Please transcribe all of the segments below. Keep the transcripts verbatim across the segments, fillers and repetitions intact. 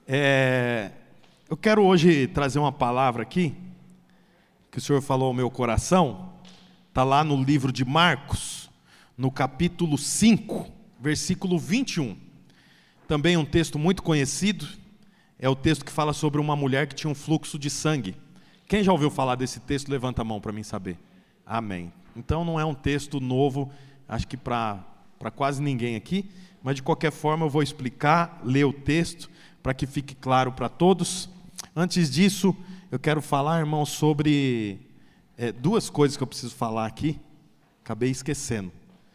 É, eu quero hoje trazer uma palavra aqui, que o Senhor falou ao meu coração, está lá no livro de Marcos, no capítulo cinco, versículo vinte e um. Também um texto muito conhecido, é o texto que fala sobre uma mulher que tinha um fluxo de sangue. Quem já ouviu falar desse texto, levanta a mão para mim saber. Amém. Então não é um texto novo, acho que para para quase ninguém aqui, mas de qualquer forma eu vou explicar, ler o texto, para que fique claro para todos. Antes disso, eu quero falar, irmão, sobre é, duas coisas que eu preciso falar aqui, acabei esquecendo.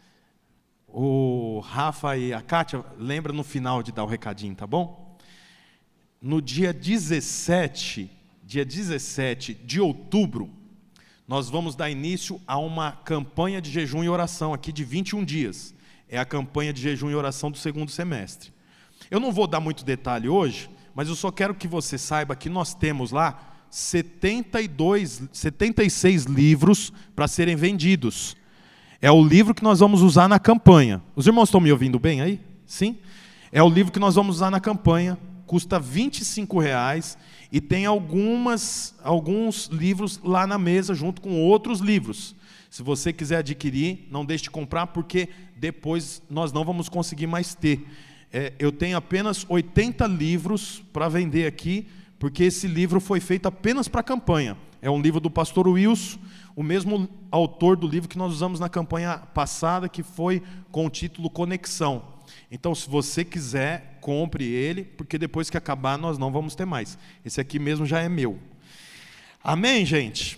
O Rafa e a Kátia, lembra no final de dar o recadinho, tá bom? No dia dezessete, dia dezessete de outubro, nós vamos dar início a uma campanha de jejum e oração aqui de vinte e um dias. É a campanha de jejum e oração do segundo semestre. Eu não vou dar muito detalhe hoje, mas eu só quero que você saiba que nós temos lá setenta e dois, setenta e seis livros para serem vendidos. É o livro que nós vamos usar na campanha. Os irmãos estão me ouvindo bem aí? Sim? É o livro que nós vamos usar na campanha, custa vinte e cinco reais e tem algumas, alguns livros lá na mesa junto com outros livros. Se você quiser adquirir, não deixe de comprar, porque depois nós não vamos conseguir mais ter. É, eu tenho apenas oitenta livros para vender aqui, porque esse livro foi feito apenas para a campanha. É um livro do pastor Wilson, o mesmo autor do livro que nós usamos na campanha passada, que foi com o título Conexão. Então, se você quiser, compre ele, porque depois que acabar nós não vamos ter mais. Esse aqui mesmo já é meu. Amém, gente?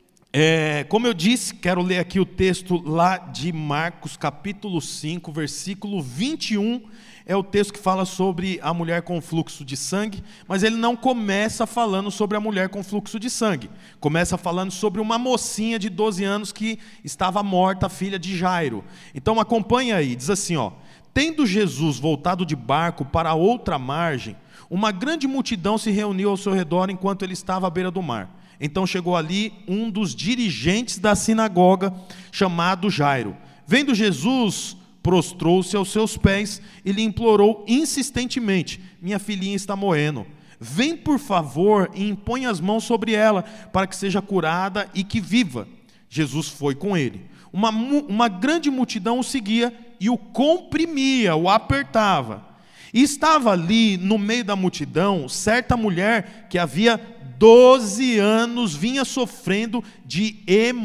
É, como eu disse, quero ler aqui o texto lá de Marcos, capítulo cinco, versículo vinte e um, é o texto que fala sobre a mulher com fluxo de sangue, mas ele não começa falando sobre a mulher com fluxo de sangue, começa falando sobre uma mocinha de doze anos que estava morta, filha de Jairo. Então acompanha aí, diz assim, ó: tendo Jesus voltado de barco para outra margem, uma grande multidão se reuniu ao seu redor enquanto ele estava à beira do mar. Então chegou ali um dos dirigentes da sinagoga, chamado Jairo. Vendo Jesus, prostrou-se aos seus pés e lhe implorou insistentemente: minha filhinha está morrendo. Vem, por favor, e impõe as mãos sobre ela, para que seja curada e que viva. Jesus foi com ele. Uma, uma grande multidão o seguia e o comprimia, o apertava. E estava ali, no meio da multidão, certa mulher que havia doze anos vinha sofrendo de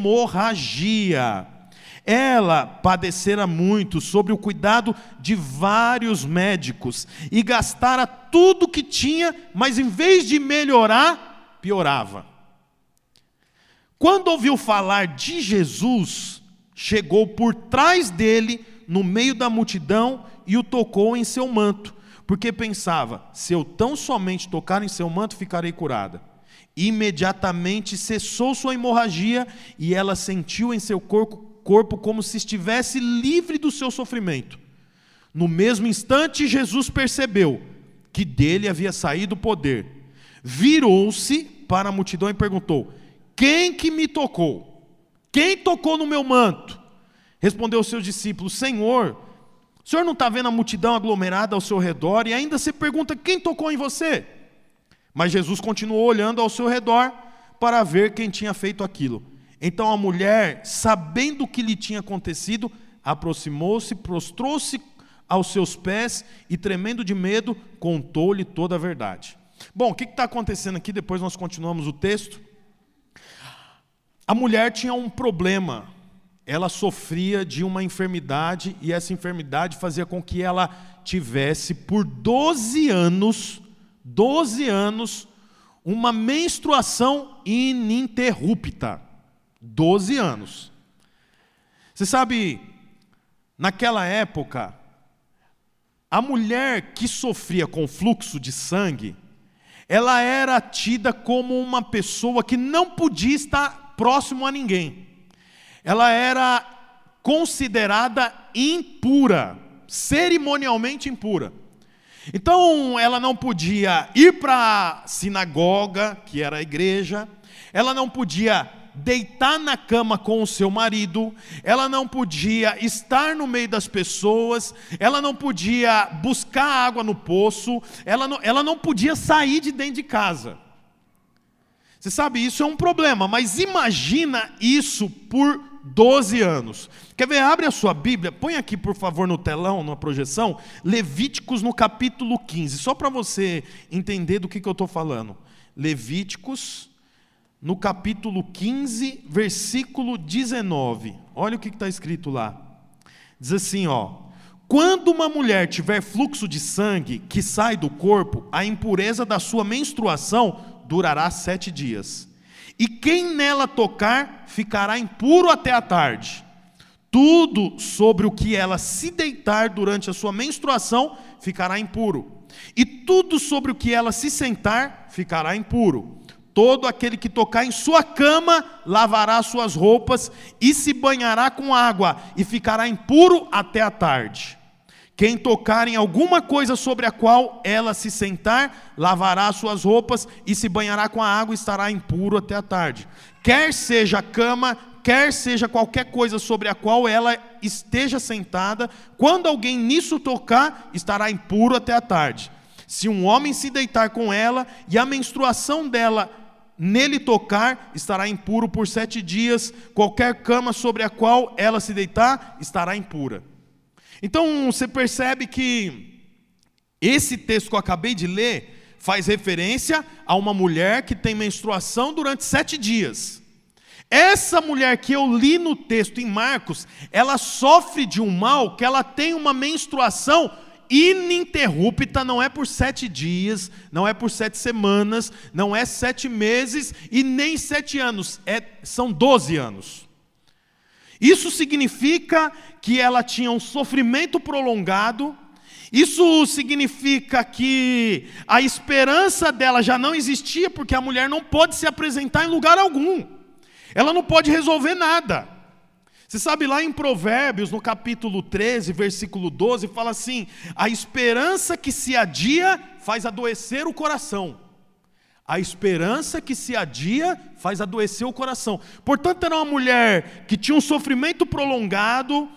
hemorragia. Ela padecera muito sob o cuidado de vários médicos e gastara tudo que tinha, mas em vez de melhorar, piorava. Quando ouviu falar de Jesus, chegou por trás dele, no meio da multidão, e o tocou em seu manto, porque pensava: se eu tão somente tocar em seu manto, ficarei curada. Imediatamente cessou sua hemorragia e ela sentiu em seu corpo, corpo como se estivesse livre do seu sofrimento. No mesmo instante, Jesus percebeu que dele havia saído o poder. Virou-se para a multidão e perguntou: quem que me tocou? Quem tocou no meu manto? Respondeu os seus discípulos: Senhor, o senhor não está vendo a multidão aglomerada ao seu redor e ainda se pergunta: quem tocou em você? Mas Jesus continuou olhando ao seu redor para ver quem tinha feito aquilo. Então a mulher, sabendo o que lhe tinha acontecido, aproximou-se, prostrou-se aos seus pés e, tremendo de medo, contou-lhe toda a verdade. Bom, o que está acontecendo aqui? Depois nós continuamos o texto. A mulher tinha um problema. Ela sofria de uma enfermidade e essa enfermidade fazia com que ela tivesse por doze anos... doze anos, uma menstruação ininterrupta. doze anos. Você sabe, naquela época, a mulher que sofria com fluxo de sangue, ela era tida como uma pessoa que não podia estar próximo a ninguém. Ela era considerada impura, cerimonialmente impura. Então, ela não podia ir para a sinagoga, que era a igreja, ela não podia deitar na cama com o seu marido, ela não podia estar no meio das pessoas, ela não podia buscar água no poço, ela não, ela não podia sair de dentro de casa. Você sabe, isso é um problema, mas imagina isso por doze anos. Quer ver? Abre a sua Bíblia, põe aqui por favor no telão, na projeção, Levíticos no capítulo quinze, só para você entender do que, que eu estou falando. Levíticos no capítulo quinze, versículo dezenove. Olha o que está escrito lá. Diz assim, ó: quando uma mulher tiver fluxo de sangue que sai do corpo, a impureza da sua menstruação durará sete dias. E quem nela tocar ficará impuro até a tarde. Tudo sobre o que ela se deitar durante a sua menstruação ficará impuro. E tudo sobre o que ela se sentar ficará impuro. Todo aquele que tocar em sua cama lavará suas roupas e se banhará com água e ficará impuro até a tarde. Quem tocar em alguma coisa sobre a qual ela se sentar, lavará suas roupas e se banhará com a água e estará impuro até a tarde. Quer seja a cama, quer seja qualquer coisa sobre a qual ela esteja sentada, quando alguém nisso tocar, estará impuro até a tarde. Se um homem se deitar com ela e a menstruação dela nele tocar, estará impuro por sete dias. Qualquer cama sobre a qual ela se deitar, estará impura. Então você percebe que esse texto que eu acabei de ler faz referência a uma mulher que tem menstruação durante sete dias. Essa mulher que eu li no texto em Marcos, ela sofre de um mal que ela tem uma menstruação ininterrupta, não é por sete dias, não é por sete semanas, não é sete meses e nem sete anos, é, são doze anos. Isso significa que ela tinha um sofrimento prolongado, isso significa que a esperança dela já não existia, porque a mulher não pode se apresentar em lugar algum, ela não pode resolver nada. Você sabe, lá em Provérbios, no capítulo treze, versículo doze, fala assim: a esperança que se adia faz adoecer o coração. A esperança que se adia faz adoecer o coração. Portanto, era uma mulher que tinha um sofrimento prolongado,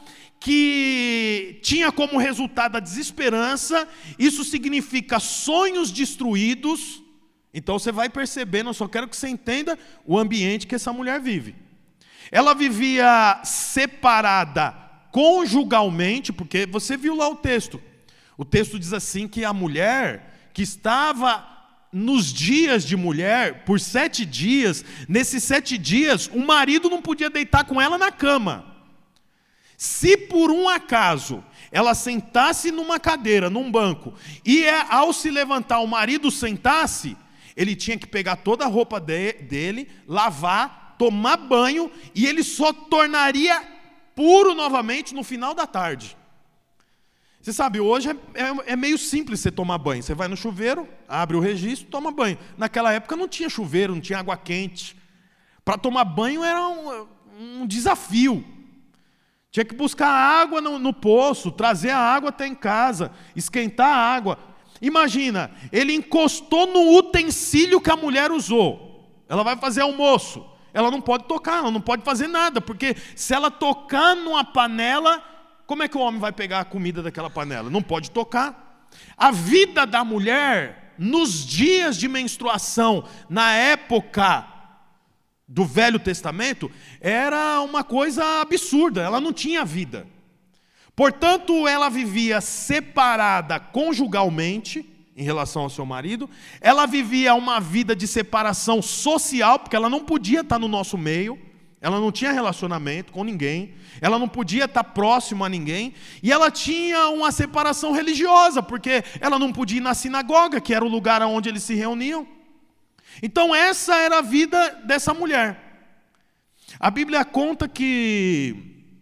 que tinha como resultado a desesperança. Isso significa sonhos destruídos. Então você vai percebendo, eu só quero que você entenda o ambiente que essa mulher vive. Ela vivia separada conjugalmente, porque você viu lá o texto. O texto diz assim que a mulher que estava nos dias de mulher, por sete dias, nesses sete dias, o marido não podia deitar com ela na cama. Se por um acaso ela sentasse numa cadeira, num banco, e ao se levantar o marido sentasse, ele tinha que pegar toda a roupa de, dele, lavar, tomar banho, e ele só tornaria puro novamente no final da tarde. Você sabe, hoje é, é, é meio simples você tomar banho. Você vai no chuveiro, abre o registro, toma banho. Naquela época não tinha chuveiro, não tinha água quente. Para tomar banho era um, um desafio. Tinha que buscar água no, no poço, trazer a água até em casa, esquentar a água. Imagina, ele encostou no utensílio que a mulher usou. Ela vai fazer almoço. Ela não pode tocar, ela não pode fazer nada, porque se ela tocar numa panela, como é que o homem vai pegar a comida daquela panela? Não pode tocar. A vida da mulher, nos dias de menstruação, na época do Velho Testamento, era uma coisa absurda, ela não tinha vida. Portanto, ela vivia separada conjugalmente, em relação ao seu marido, ela vivia uma vida de separação social, porque ela não podia estar no nosso meio, ela não tinha relacionamento com ninguém, ela não podia estar próxima a ninguém, e ela tinha uma separação religiosa, porque ela não podia ir na sinagoga, que era o lugar onde eles se reuniam. Então essa era a vida dessa mulher. A Bíblia conta que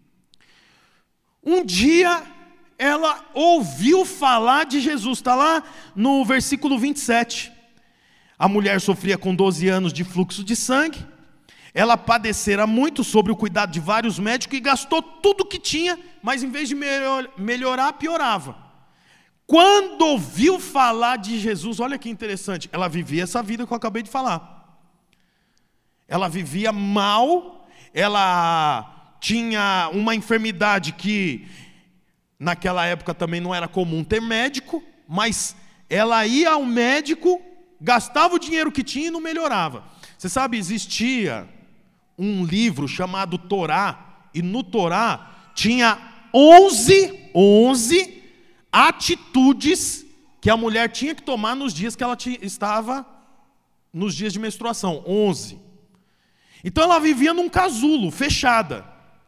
um dia ela ouviu falar de Jesus, está lá no versículo vinte e sete. A mulher sofria com doze anos de fluxo de sangue, ela padecera muito sobre o cuidado de vários médicos e gastou tudo que tinha, mas em vez de melhorar, piorava. Quando ouviu falar de Jesus, olha que interessante, ela vivia essa vida que eu acabei de falar. ela vivia mal, ela tinha uma enfermidade que naquela época também não era comum ter médico, mas ela ia ao médico, gastava o dinheiro que tinha e não melhorava. Você sabe, existia um livro chamado Torá, e no Torá tinha onze, onze atitudes que a mulher tinha que tomar nos dias que ela tinha, estava nos dias de menstruação, onze. Então ela vivia num casulo, fechada,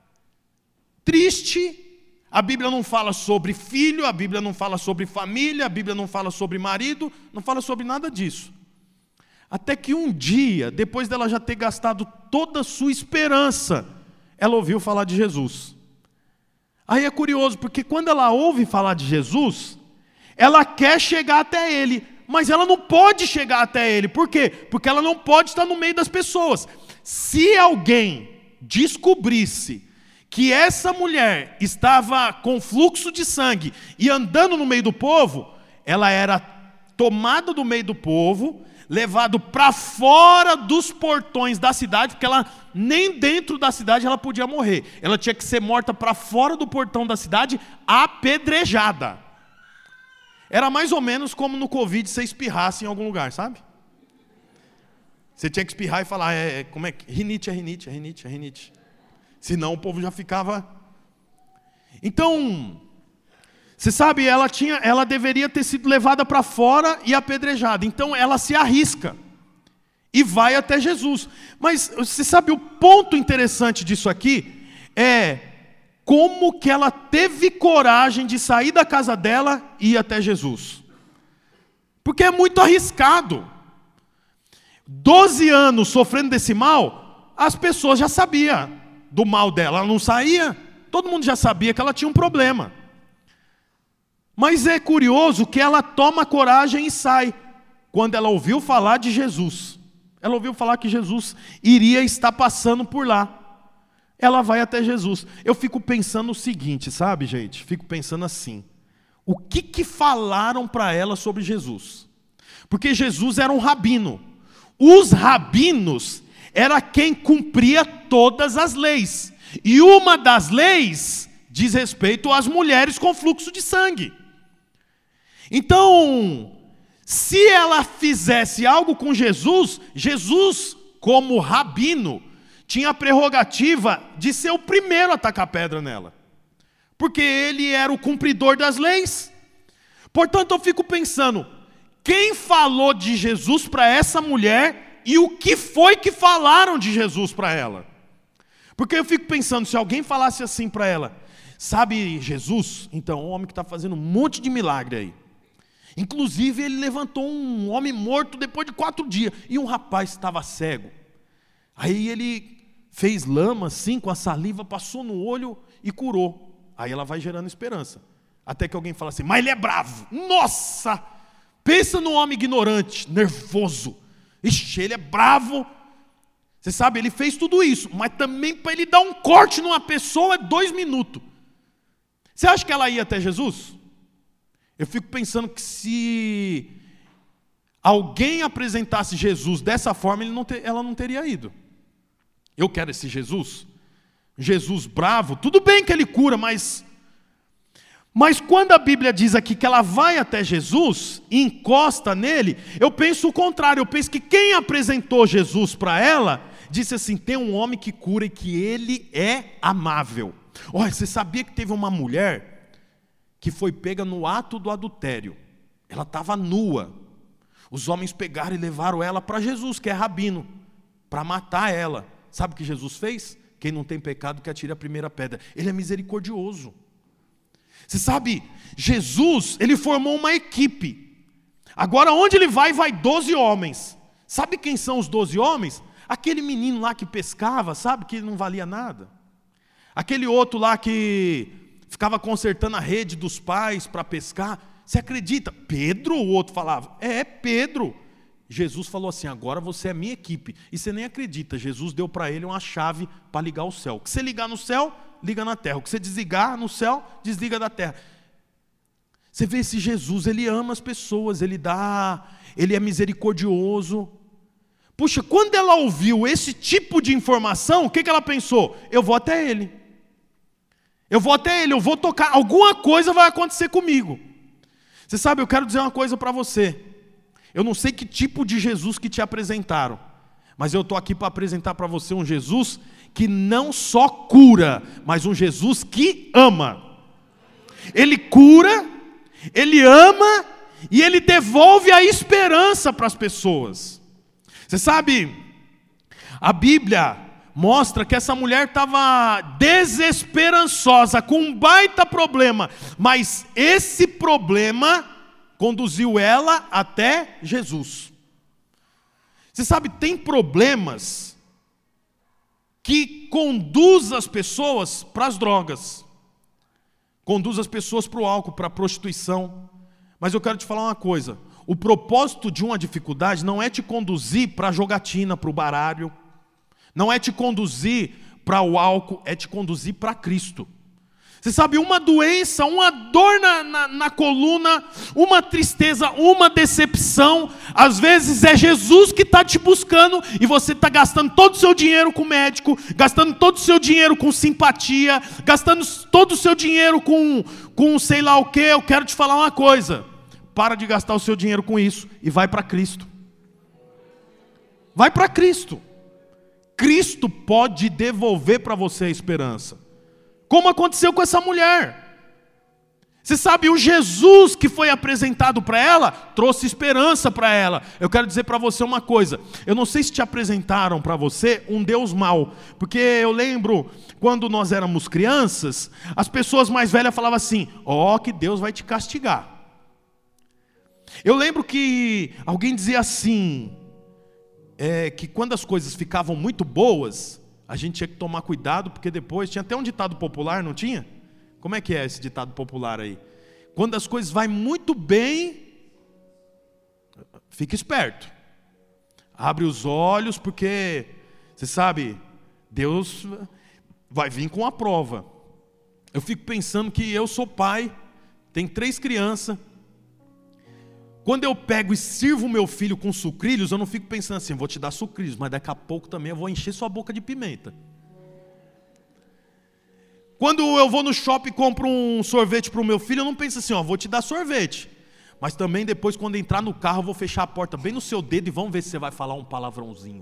triste. A Bíblia não fala sobre filho, a Bíblia não fala sobre família, a Bíblia não fala sobre marido, não fala sobre nada disso. Até que um dia, depois dela já ter gastado toda a sua esperança, ela ouviu falar de Jesus. Aí é curioso, porque quando ela ouve falar de Jesus, ela quer chegar até Ele, mas ela não pode chegar até Ele. Por quê? Porque ela não pode estar no meio das pessoas. Se alguém descobrisse que essa mulher estava com fluxo de sangue e andando no meio do povo, ela era tomada do meio do povo, levado para fora dos portões da cidade, porque ela nem dentro da cidade ela podia morrer. Ela tinha que ser morta para fora do portão da cidade, apedrejada. Era mais ou menos como no Covid você espirrasse em algum lugar, sabe? Você tinha que espirrar e falar, é, como é que... Rinite, é rinite, é rinite, é rinite. Senão o povo já ficava... Então, você sabe, ela, tinha, ela deveria ter sido levada para fora e apedrejada. Então ela se arrisca e vai até Jesus. Mas você sabe, o ponto interessante disso aqui é como que ela teve coragem de sair da casa dela e ir até Jesus. Porque é muito arriscado. Doze anos sofrendo desse mal, as pessoas já sabiam do mal dela, ela não saía, todo mundo já sabia que ela tinha um problema. Mas é curioso que ela toma coragem e sai, quando ela ouviu falar de Jesus. Ela ouviu falar que Jesus iria estar passando por lá. Ela vai até Jesus. Eu fico pensando o seguinte, sabe, gente? Fico pensando assim, o que que falaram para ela sobre Jesus? Porque Jesus era um rabino. Os rabinos era quem cumpria todas as leis. E uma das leis diz respeito às mulheres com fluxo de sangue. Então, se ela fizesse algo com Jesus, Jesus, como rabino, tinha a prerrogativa de ser o primeiro a tacar pedra nela. Porque ele era o cumpridor das leis. Portanto, eu fico pensando, quem falou de Jesus para essa mulher e o que foi que falaram de Jesus para ela? Porque eu fico pensando, se alguém falasse assim para ela, sabe Jesus? Então, um homem que está fazendo um monte de milagre aí. Inclusive, ele levantou um homem morto depois de quatro dias. E um rapaz estava cego. Aí ele fez lama assim, com a saliva, passou no olho e curou. Aí ela vai gerando esperança. Até que alguém fala assim, mas ele é bravo. Nossa! Pensa num homem ignorante, nervoso. Ixi, ele é bravo. Você sabe, ele fez tudo isso. Mas também para ele dar um corte numa pessoa é dois minutos. Você acha que ela ia até Jesus? Eu fico pensando que se alguém apresentasse Jesus dessa forma, ele não ter, ela não teria ido. Eu quero esse Jesus. Jesus bravo, tudo bem que ele cura, mas... Mas quando a Bíblia diz aqui que ela vai até Jesus e encosta nele, eu penso o contrário. Eu penso que quem apresentou Jesus para ela, disse assim, tem um homem que cura e que ele é amável. Olha, você sabia que teve uma mulher que foi pega no ato do adultério? Ela estava nua. Os homens pegaram e levaram ela para Jesus, que é rabino, para matar ela. Sabe o que Jesus fez? Quem não tem pecado que atire a primeira pedra. Ele é misericordioso. Você sabe, Jesus, ele formou uma equipe. Agora onde ele vai, vai doze homens. Sabe quem são os doze homens? Aquele menino lá que pescava, sabe, que não valia nada. Aquele outro lá que ficava consertando a rede dos pais para pescar. Você acredita? Pedro, o outro falava, é Pedro. Jesus falou assim, agora você é minha equipe. E você nem acredita, Jesus deu para ele uma chave para ligar o céu. O que você ligar no céu, liga na terra. O que você desligar no céu, desliga da terra. Você vê esse Jesus, ele ama as pessoas, ele dá, ele é misericordioso. Puxa, quando ela ouviu esse tipo de informação, o que, que ela pensou? Eu vou até ele. Eu vou até ele, eu vou tocar. Alguma coisa vai acontecer comigo. Você sabe, eu quero dizer uma coisa para você. Eu não sei que tipo de Jesus que te apresentaram, mas eu estou aqui para apresentar para você um Jesus que não só cura, mas um Jesus que ama. Ele cura, Ele ama e Ele devolve a esperança para as pessoas. Você sabe, a Bíblia mostra que essa mulher estava desesperançosa, com um baita problema, mas esse problema conduziu ela até Jesus. Você sabe, tem problemas que conduz as pessoas para as drogas, conduz as pessoas para o álcool, para a prostituição. Mas eu quero te falar uma coisa: o propósito de uma dificuldade não é te conduzir para a jogatina, para o baralho, não é te conduzir para o álcool, é te conduzir para Cristo. Você sabe, uma doença, uma dor na, na, na coluna, uma tristeza, uma decepção, às vezes é Jesus que está te buscando e você está gastando todo o seu dinheiro com médico, gastando todo o seu dinheiro com simpatia, gastando todo o seu dinheiro com, com sei lá o que. Eu quero te falar uma coisa: para de gastar o seu dinheiro com isso e vai para Cristo. Vai para Cristo. Cristo pode devolver para você a esperança. Como aconteceu com essa mulher. Você sabe, o Jesus que foi apresentado para ela, trouxe esperança para ela. Eu quero dizer para você uma coisa: eu não sei se te apresentaram para você um Deus mau, porque eu lembro, quando nós éramos crianças, as pessoas mais velhas falavam assim: ó, que Deus vai te castigar. Eu lembro que alguém dizia assim, é, que quando as coisas ficavam muito boas, a gente tinha que tomar cuidado, porque depois, tinha até um ditado popular, não tinha? Como é que é esse ditado popular aí? Quando as coisas vão muito bem, fica esperto. Abre os olhos, porque, você sabe, Deus vai vir com a prova. Eu fico pensando que eu sou pai, tenho três crianças. Quando eu pego e sirvo o meu filho com sucrilhos, eu não fico pensando assim: vou te dar sucrilhos, mas daqui a pouco também eu vou encher sua boca de pimenta. Quando eu vou no shopping e compro um sorvete para o meu filho, eu não penso assim: ó, vou te dar sorvete, mas também depois, quando entrar no carro, eu vou fechar a porta bem no seu dedo e vamos ver se você vai falar um palavrãozinho.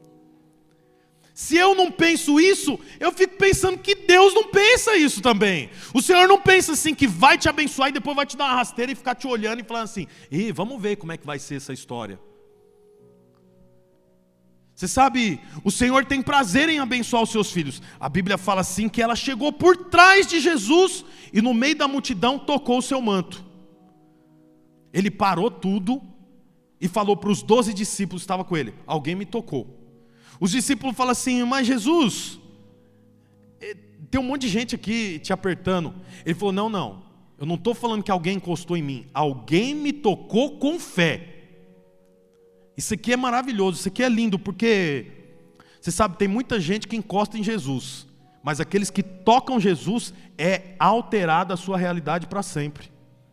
Se eu não penso isso, eu fico pensando que Deus não pensa isso também. O Senhor não pensa assim que vai te abençoar e depois vai te dar uma rasteira e ficar te olhando e falando assim: ih, vamos ver como é que vai ser essa história. Você sabe, o Senhor tem prazer em abençoar os seus filhos. A Bíblia fala assim que ela chegou por trás de Jesus e no meio da multidão tocou o seu manto. Ele parou tudo e falou para os doze discípulos que estavam com ele: alguém me tocou. Os discípulos falam assim: mas Jesus, tem um monte de gente aqui te apertando. Ele falou: não, não, eu não estou falando que alguém encostou em mim, alguém me tocou com fé. Isso aqui é maravilhoso, isso aqui é lindo, porque você sabe, tem muita gente que encosta em Jesus, mas aqueles que tocam Jesus, é alterada a sua realidade para sempre.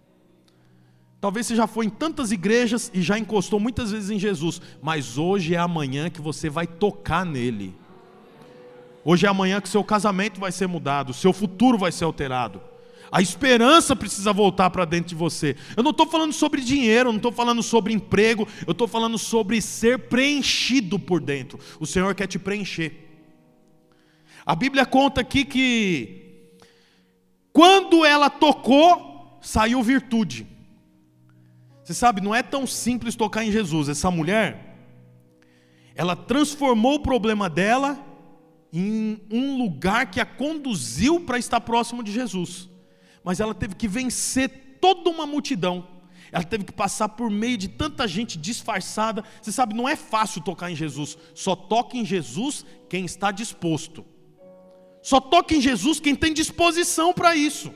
Talvez você já foi em tantas igrejas e já encostou muitas vezes em Jesus, mas hoje é amanhã que você vai tocar nele. Hoje é amanhã que seu casamento vai ser mudado, seu futuro vai ser alterado. A esperança precisa voltar para dentro de você. Eu não estou falando sobre dinheiro, eu não estou falando sobre emprego, eu estou falando sobre ser preenchido por dentro. O Senhor quer te preencher. A Bíblia conta aqui que quando ela tocou, saiu virtude. Você sabe, não é tão simples tocar em Jesus. Essa mulher, ela transformou o problema dela em um lugar que a conduziu para estar próximo de Jesus. Mas ela teve que vencer toda uma multidão. Ela teve que passar por meio de tanta gente disfarçada. Você sabe, não é fácil tocar em Jesus. Só toca em Jesus quem está disposto. Só toca em Jesus quem tem disposição para isso.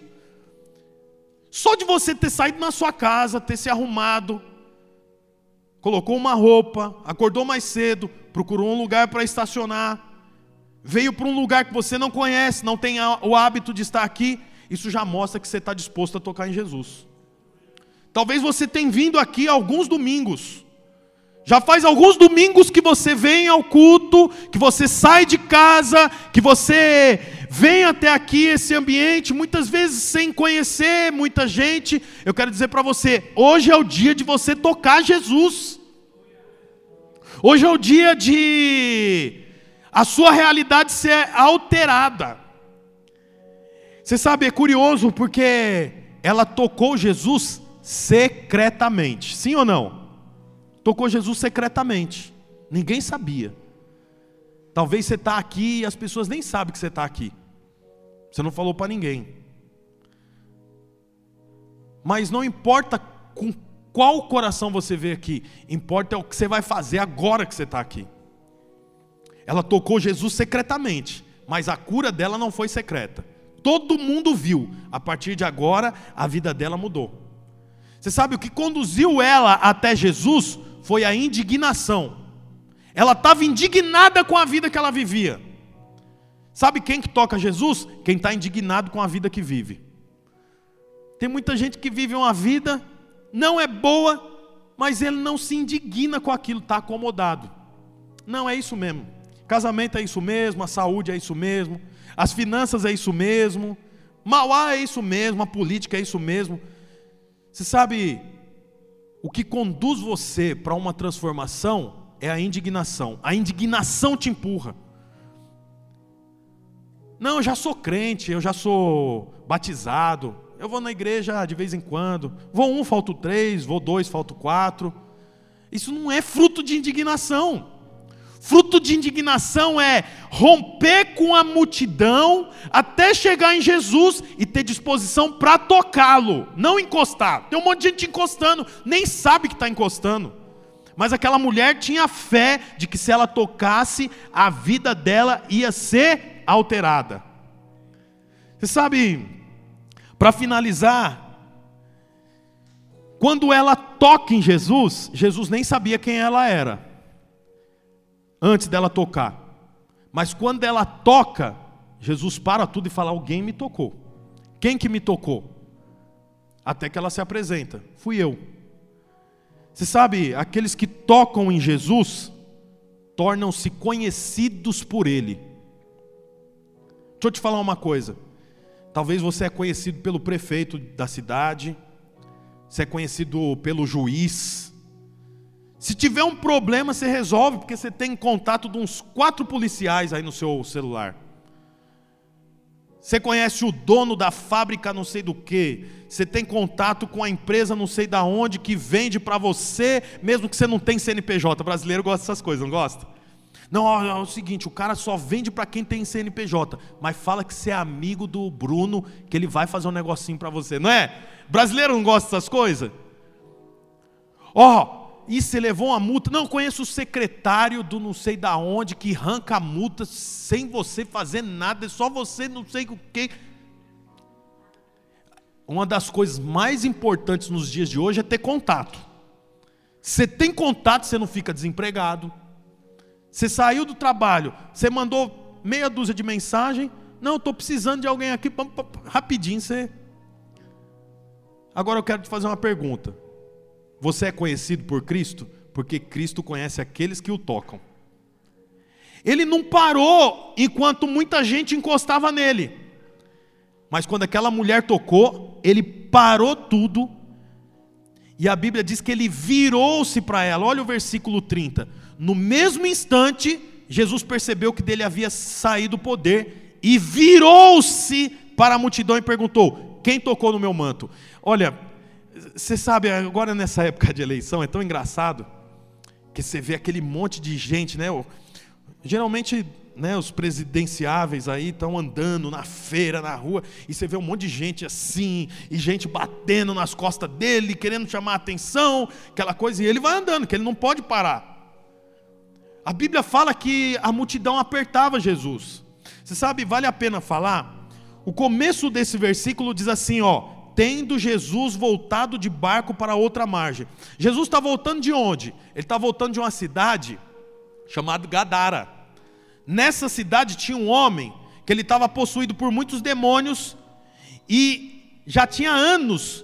Só de você ter saído na sua casa, ter se arrumado, colocou uma roupa, acordou mais cedo, procurou um lugar para estacionar, veio para um lugar que você não conhece, não tem o hábito de estar aqui, isso já mostra que você está disposto a tocar em Jesus. Talvez você tenha vindo aqui alguns domingos, Já faz alguns domingos que você vem ao culto, que você sai de casa, que você vem até aqui, esse ambiente, muitas vezes sem conhecer muita gente. Eu quero dizer para você, hoje é o dia de você tocar Jesus. Hoje é o dia de a sua realidade ser alterada. Você sabe, é curioso porque ela tocou Jesus secretamente, sim ou não? Tocou Jesus secretamente, ninguém sabia. Talvez você está aqui e as pessoas nem sabem que você está aqui. Você não falou para ninguém. Mas não importa com qual coração você vê aqui, importa é o que você vai fazer agora que você está aqui. Ela tocou Jesus secretamente, mas a cura dela não foi secreta. Todo mundo viu, a partir de agora a vida dela mudou. Você sabe o que conduziu ela até Jesus? Foi a indignação. Ela estava indignada com a vida que ela vivia. Sabe quem que toca Jesus? Quem está indignado com a vida que vive. Tem muita gente que vive uma vida, não é boa, mas ele não se indigna com aquilo, está acomodado. Não, é isso mesmo. Casamento é isso mesmo, a saúde é isso mesmo, as finanças é isso mesmo, Mauá é isso mesmo, a política é isso mesmo. Você sabe, o que conduz você para uma transformação é a indignação. A indignação te empurra. Não, eu já sou crente, eu já sou batizado, eu vou na igreja de vez em quando, vou um, falto três, vou dois, falto quatro. Isso não é fruto de indignação. Fruto de indignação é romper com a multidão até chegar em Jesus e ter disposição para tocá-lo, não encostar. Tem um monte de gente encostando, nem sabe que está encostando. Mas aquela mulher tinha fé de que se ela tocasse, a vida dela ia ser alterada. Você sabe, para finalizar, quando ela toca em Jesus, Jesus nem sabia quem ela era, antes dela tocar. Mas quando ela toca, Jesus para tudo e fala, alguém me tocou. Quem que me tocou? Até que ela se apresenta, fui eu. Você sabe, aqueles que tocam em Jesus, tornam-se conhecidos por Ele. Deixa eu te falar uma coisa, talvez você é conhecido pelo prefeito da cidade, você é conhecido pelo juiz. Se tiver um problema, você resolve, porque você tem contato de uns quatro policiais aí no seu celular. Você conhece o dono da fábrica não sei do que, você tem contato com a empresa não sei da onde, que vende para você, mesmo que você não tem C N P J. O brasileiro gosta dessas coisas, não gosta? Não, é o seguinte, o cara só vende para quem tem C N P J, mas fala que você é amigo do Bruno, que ele vai fazer um negocinho para você, não é? Brasileiro não gosta dessas coisas? Ó, oh, e você levou uma multa? Não, conheço o secretário do não sei da onde, que arranca a multa sem você fazer nada, é só você não sei o que. Uma das coisas mais importantes nos dias de hoje é ter contato. Você tem contato, você não fica desempregado. Você saiu do trabalho, você mandou meia dúzia de mensagem, não, estou precisando de alguém aqui, rapidinho você... Agora eu quero te fazer uma pergunta. Você é conhecido por Cristo? Porque Cristo conhece aqueles que o tocam. Ele não parou enquanto muita gente encostava nele. Mas quando aquela mulher tocou, ele parou tudo. E a Bíblia diz que ele virou-se para ela. Olha o versículo trinta. No mesmo instante, Jesus percebeu que dele havia saído o poder e virou-se para a multidão e perguntou, quem tocou no meu manto? Olha, você sabe, agora nessa época de eleição é tão engraçado que você vê aquele monte de gente, né? Geralmente, né, os presidenciáveis aí estão andando na feira, na rua, e você vê um monte de gente assim, e gente batendo nas costas dele, querendo chamar a atenção, aquela coisa, e ele vai andando, que ele não pode parar. A Bíblia fala que a multidão apertava Jesus. Você sabe, vale a pena falar? O começo desse versículo diz assim, ó, tendo Jesus voltado de barco para outra margem. Jesus está voltando de onde? Ele está voltando de uma cidade chamada Gadara. Nessa cidade tinha um homem que ele estava possuído por muitos demônios e já tinha anos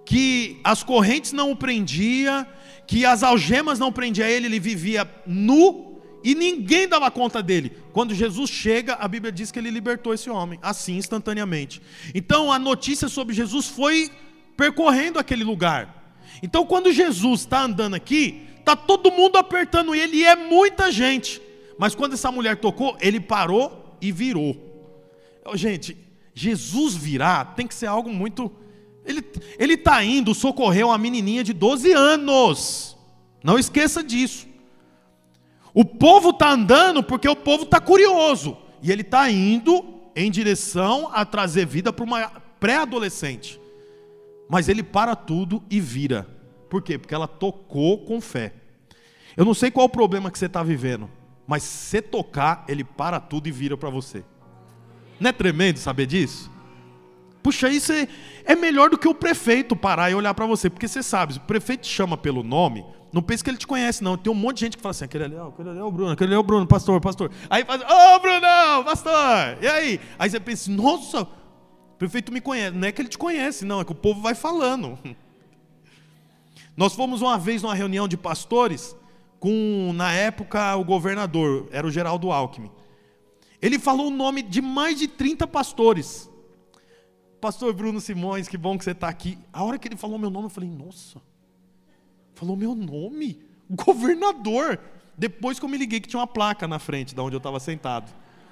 que as correntes não o prendiam, que as algemas não prendiam ele, ele vivia nu e ninguém dava conta dele. Quando Jesus chega, a Bíblia diz que ele libertou esse homem, assim, instantaneamente. Então a notícia sobre Jesus foi percorrendo aquele lugar. Então quando Jesus está andando aqui, está todo mundo apertando ele e é muita gente. Mas quando essa mulher tocou, ele parou e virou. Gente, Jesus virar tem que ser algo muito... Ele está indo socorrer uma menininha de doze anos. Não esqueça disso. O povo está andando porque o povo está curioso. E ele está indo em direção a trazer vida para uma pré-adolescente. Mas ele para tudo e vira. Por quê? Porque ela tocou com fé. Eu não sei qual é o problema que você está vivendo, mas se você tocar, ele para tudo e vira para você. Não é tremendo saber disso? Puxa, isso é, é melhor do que o prefeito parar e olhar para você. Porque você sabe, se o prefeito te chama pelo nome, não pense que ele te conhece, não. Tem um monte de gente que fala assim, aquele ali, ó, aquele ali é o Bruno, aquele ali é o Bruno, pastor, pastor. Aí faz, ô oh, Brunão, pastor, e aí? Aí você pensa, nossa, o prefeito me conhece. Não é que ele te conhece, não, é que o povo vai falando. Nós fomos uma vez numa reunião de pastores, com, na época, o governador, era o Geraldo Alckmin. Ele falou o nome de mais de trinta pastores. Pastor Bruno Simões, que bom que você está aqui. A hora que ele falou meu nome, eu falei, nossa, falou meu nome? O governador. Depois que eu me liguei que tinha uma placa na frente, de onde eu estava sentado.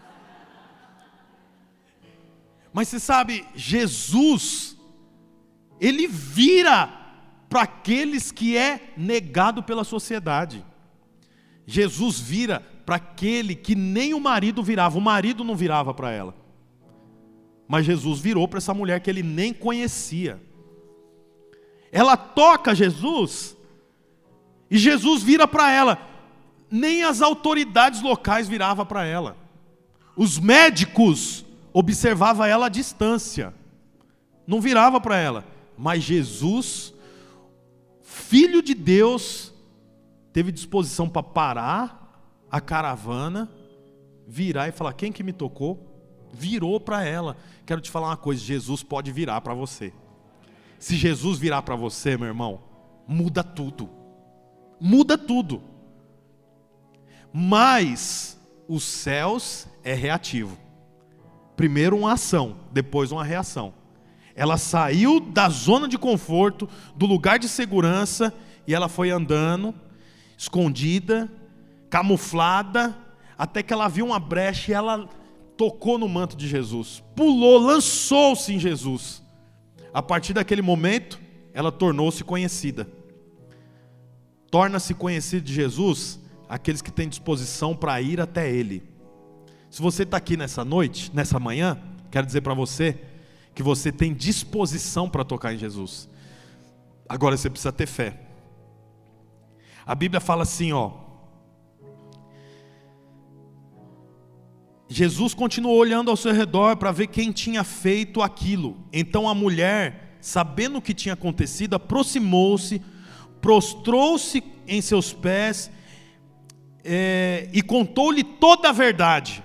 Mas você sabe, Jesus, ele vira para aqueles que é negado pela sociedade. Jesus vira para aquele que nem o marido virava, o marido não virava para ela. Mas Jesus virou para essa mulher que ele nem conhecia. Ela toca Jesus, e Jesus vira para ela. Nem as autoridades locais viravam para ela. Os médicos observavam ela à distância. Não virava para ela. Mas Jesus, Filho de Deus, teve disposição para parar a caravana, virar e falar, quem que me tocou? Virou para ela. Quero te falar uma coisa, Jesus pode virar para você. Se Jesus virar para você, meu irmão, muda tudo. Muda tudo. Mas os céus é reativo. Primeiro uma ação, depois uma reação. Ela saiu da zona de conforto, do lugar de segurança, e ela foi andando, escondida, camuflada, até que ela viu uma brecha e ela tocou no manto de Jesus, pulou, lançou-se em Jesus. A partir daquele momento, ela tornou-se conhecida. Torna-se conhecido de Jesus aqueles que têm disposição para ir até Ele. Se você está aqui nessa noite, nessa manhã, quero dizer para você que você tem disposição para tocar em Jesus. Agora você precisa ter fé. A Bíblia fala assim, ó. Jesus continuou olhando ao seu redor para ver quem tinha feito aquilo. Então a mulher, sabendo o que tinha acontecido, aproximou-se, prostrou-se em seus pés é, e contou-lhe toda a verdade.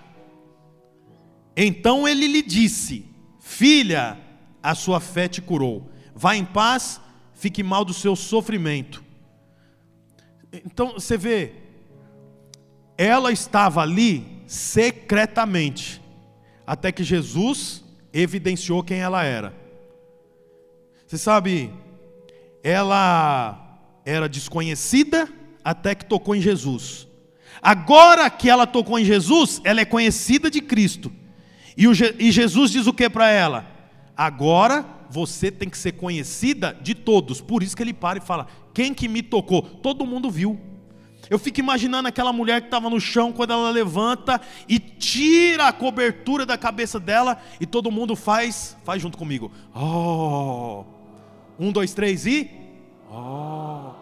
Então ele lhe disse, filha, a sua fé te curou. Vá em paz, fique mal do seu sofrimento. Então você vê, ela estava ali secretamente, até que Jesus evidenciou quem ela era. Você sabe, ela era desconhecida até que tocou em Jesus. Agora que ela tocou em Jesus, ela é conhecida de Cristo. E, o, e Jesus diz o que para ela? Agora você tem que ser conhecida de todos. Por isso que ele para e fala, quem que me tocou? Todo mundo viu. Eu fico imaginando aquela mulher que estava no chão, quando ela levanta e tira a cobertura da cabeça dela, e todo mundo faz, faz junto comigo. Oh, um, dois, três e... Oh.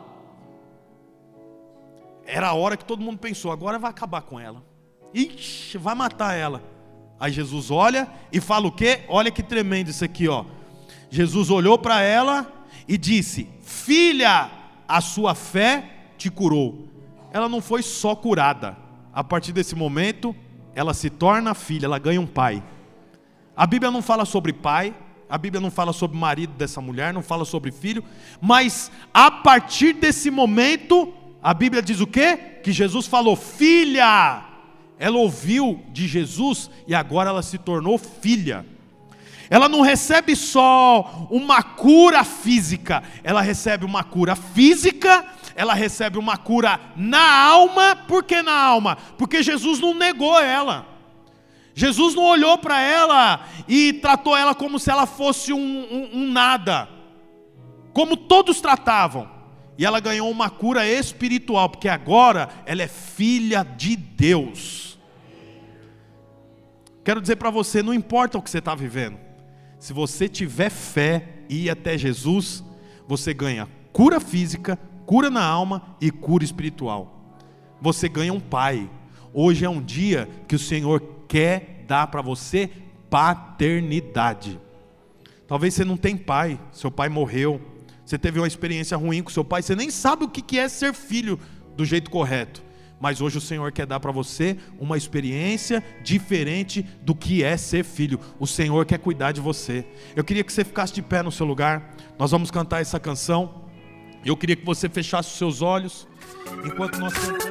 Era a hora que todo mundo pensou, agora vai acabar com ela. Ixi, vai matar ela. Aí Jesus olha e fala o quê? Olha que tremendo isso aqui, ó. Jesus olhou para ela e disse, filha, a sua fé te curou. Ela não foi só curada. A partir desse momento, ela se torna filha, ela ganha um pai. A Bíblia não fala sobre pai, A Bíblia não fala sobre o marido dessa mulher, não fala sobre filho, mas a partir desse momento, a Bíblia diz o quê? Que Jesus falou, filha. Ela ouviu de Jesus e agora ela se tornou filha. Ela não recebe só uma cura física, ela recebe uma cura física, ela recebe uma cura na alma. Por que na alma? Porque Jesus não negou ela. Jesus não olhou para ela e tratou ela como se ela fosse um, um, um nada, como todos tratavam. E ela ganhou uma cura espiritual, porque agora ela é filha de Deus. Quero dizer para você, não importa o que você está vivendo, se você tiver fé e ir até Jesus, você ganha cura física, cura na alma e cura espiritual. Você ganha um pai. Hoje é um dia que o Senhor quer dar para você paternidade. Talvez você não tenha pai, seu pai morreu, você teve uma experiência ruim com seu pai, você nem sabe o que é ser filho do jeito correto. Mas hoje o Senhor quer dar para você uma experiência diferente do que é ser filho. O Senhor quer cuidar de você. Eu queria que você ficasse de pé no seu lugar. Nós vamos cantar essa canção. Eu queria que você fechasse os seus olhos enquanto nós cantamos.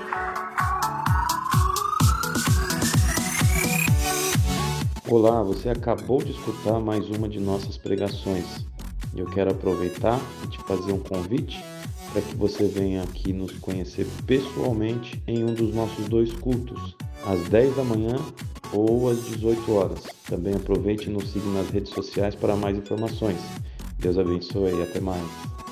Olá, você acabou de escutar mais uma de nossas pregações. Eu quero aproveitar e te fazer um convite para que você venha aqui nos conhecer pessoalmente em um dos nossos dois cultos, às dez da manhã ou às dezoito horas. Também aproveite e nos siga nas redes sociais para mais informações. Deus abençoe e até mais.